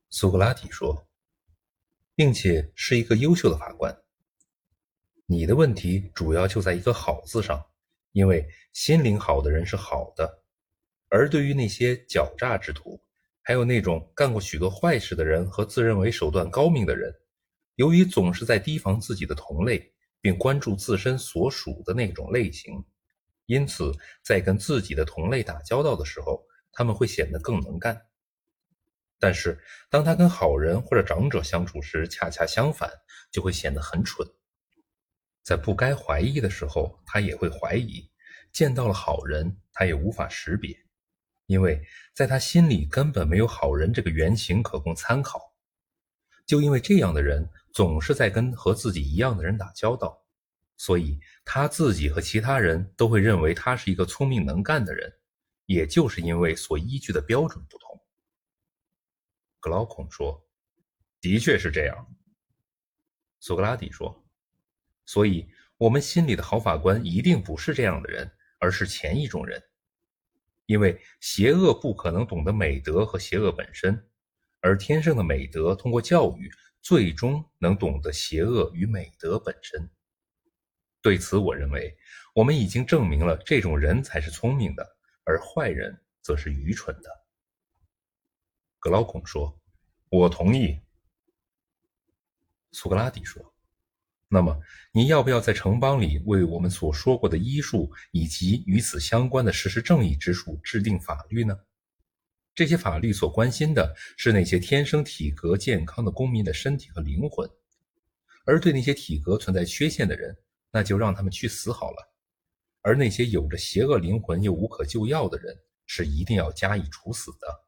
苏格拉底说，并且是一个优秀的法官。你的问题主要就在一个好字上，因为心灵好的人是好的，而对于那些狡诈之徒，还有那种干过许多坏事的人和自认为手段高明的人，由于总是在提防自己的同类，并关注自身所属的那种类型，因此在跟自己的同类打交道的时候，他们会显得更能干。但是当他跟好人或者长者相处时，恰恰相反，就会显得很蠢。在不该怀疑的时候，他也会怀疑；见到了好人，他也无法识别，因为在他心里根本没有好人这个原型可供参考。就因为这样的人总是在跟和自己一样的人打交道，所以他自己和其他人都会认为他是一个聪明能干的人，也就是因为所依据的标准不同。格劳孔说，的确是这样。苏格拉底说，所以我们心里的好法官一定不是这样的人，而是前一种人。因为邪恶不可能懂得美德和邪恶本身，而天生的美德通过教育最终能懂得邪恶与美德本身。对此我认为我们已经证明了这种人才是聪明的，而坏人则是愚蠢的。格劳孔说，我同意。苏格拉底说，那么你要不要在城邦里为我们所说过的医术以及与此相关的事实正义之术制定法律呢？这些法律所关心的是那些天生体格健康的公民的身体和灵魂，而对那些体格存在缺陷的人，那就让他们去死好了。而那些有着邪恶灵魂又无可救药的人，是一定要加以处死的。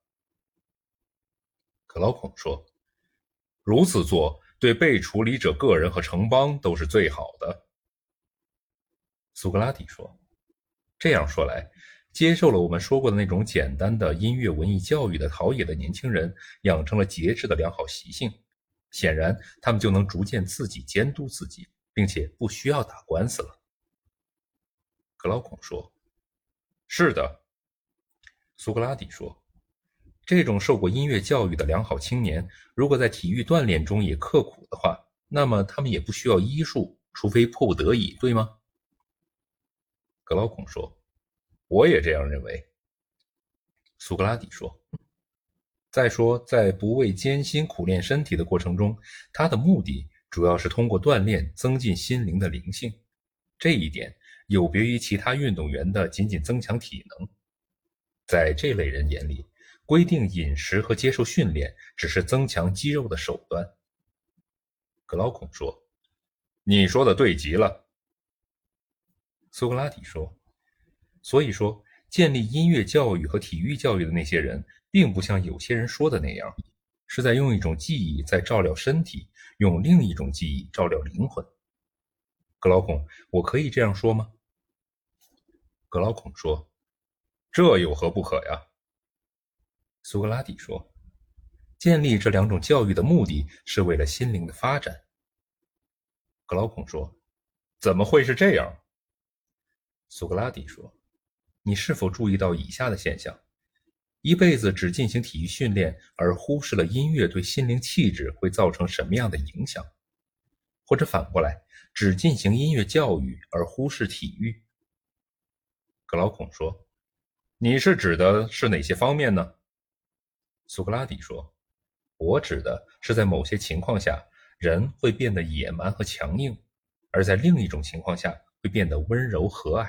克劳孔说，如此做对被处理者个人和城邦都是最好的。苏格拉底说，这样说来，接受了我们说过的那种简单的音乐文艺教育的陶冶的年轻人，养成了节制的良好习性，显然他们就能逐渐自己监督自己，并且不需要打官司了。格劳孔说，是的。苏格拉底说，这种受过音乐教育的良好青年，如果在体育锻炼中也刻苦的话，那么他们也不需要医术，除非迫不得已，对吗？格劳孔说，我也这样认为。苏格拉底说，再说在不畏艰辛苦练身体的过程中，他的目的主要是通过锻炼增进心灵的灵性，这一点有别于其他运动员的仅仅增强体能。在这类人眼里，规定饮食和接受训练只是增强肌肉的手段。格劳孔说，你说的对极了。苏格拉底说，所以说建立音乐教育和体育教育的那些人，并不像有些人说的那样，是在用一种技艺在照料身体，用另一种技艺照料灵魂。格劳孔，我可以这样说吗？格劳孔说，这有何不可呀？苏格拉底说，建立这两种教育的目的是为了心灵的发展。格劳孔说，怎么会是这样？苏格拉底说，你是否注意到以下的现象？一辈子只进行体育训练，而忽视了音乐对心灵气质会造成什么样的影响？或者反过来，只进行音乐教育而忽视体育？格劳孔说，你是指的是哪些方面呢？苏格拉底说，我指的是在某些情况下，人会变得野蛮和强硬，而在另一种情况下会变得温柔和蔼。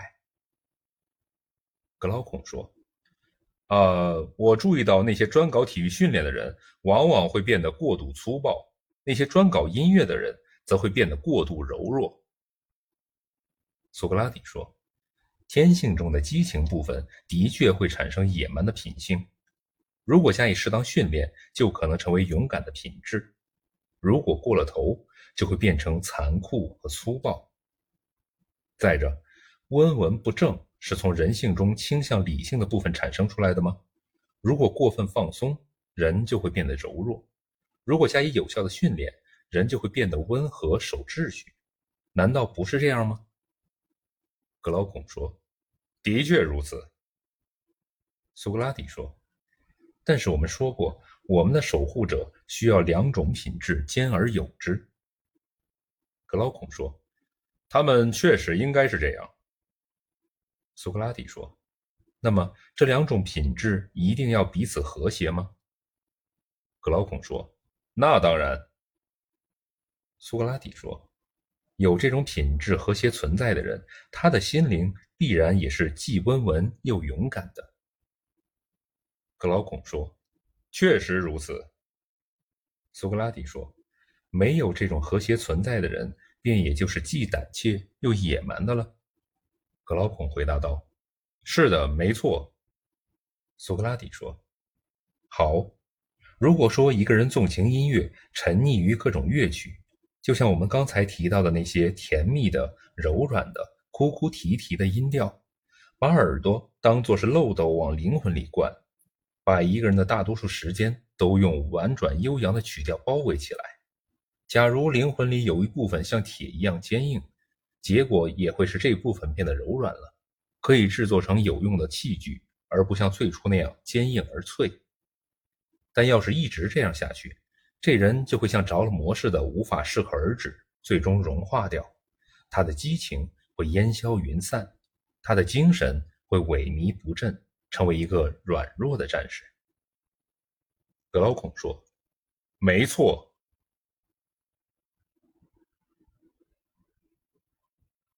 格劳孔说，我注意到那些专搞体育训练的人往往会变得过度粗暴，那些专搞音乐的人则会变得过度柔弱。苏格拉底说，天性中的激情部分的确会产生野蛮的品性，如果加以适当训练，就可能成为勇敢的品质；如果过了头，就会变成残酷和粗暴。再者，温文不正是从人性中倾向理性的部分产生出来的吗？如果过分放松，人就会变得柔弱；如果加以有效的训练，人就会变得温和守秩序。难道不是这样吗？格劳孔说，的确如此。苏格拉底说，但是我们说过， 我们的守护者需要两种品质兼而有之。格劳孔说，他们确实应该是这样。苏格拉底说，那么这两种品质一定要彼此和谐吗？格劳孔说，那当然。苏格拉底说，有这种品质和谐存在的人，他的心灵必然也是既温文又勇敢的。格劳孔说，确实如此。苏格拉底说，没有这种和谐存在的人，便也就是既胆怯又野蛮的了。格劳孔回答道，是的，没错。苏格拉底说，好，如果说一个人纵情音乐，沉溺于各种乐曲，就像我们刚才提到的那些甜蜜的、柔软的、哭哭啼啼的音调，把耳朵当作是漏斗往灵魂里灌，把一个人的大多数时间都用婉转悠扬的曲调包围起来。假如灵魂里有一部分像铁一样坚硬，结果也会是这部分变得柔软了，可以制作成有用的器具，而不像最初那样坚硬而脆。但要是一直这样下去，这人就会像着了魔似的无法适可而止，最终融化掉。他的激情会烟消云散，他的精神会萎靡不振，成为一个软弱的战士。格劳孔说，没错。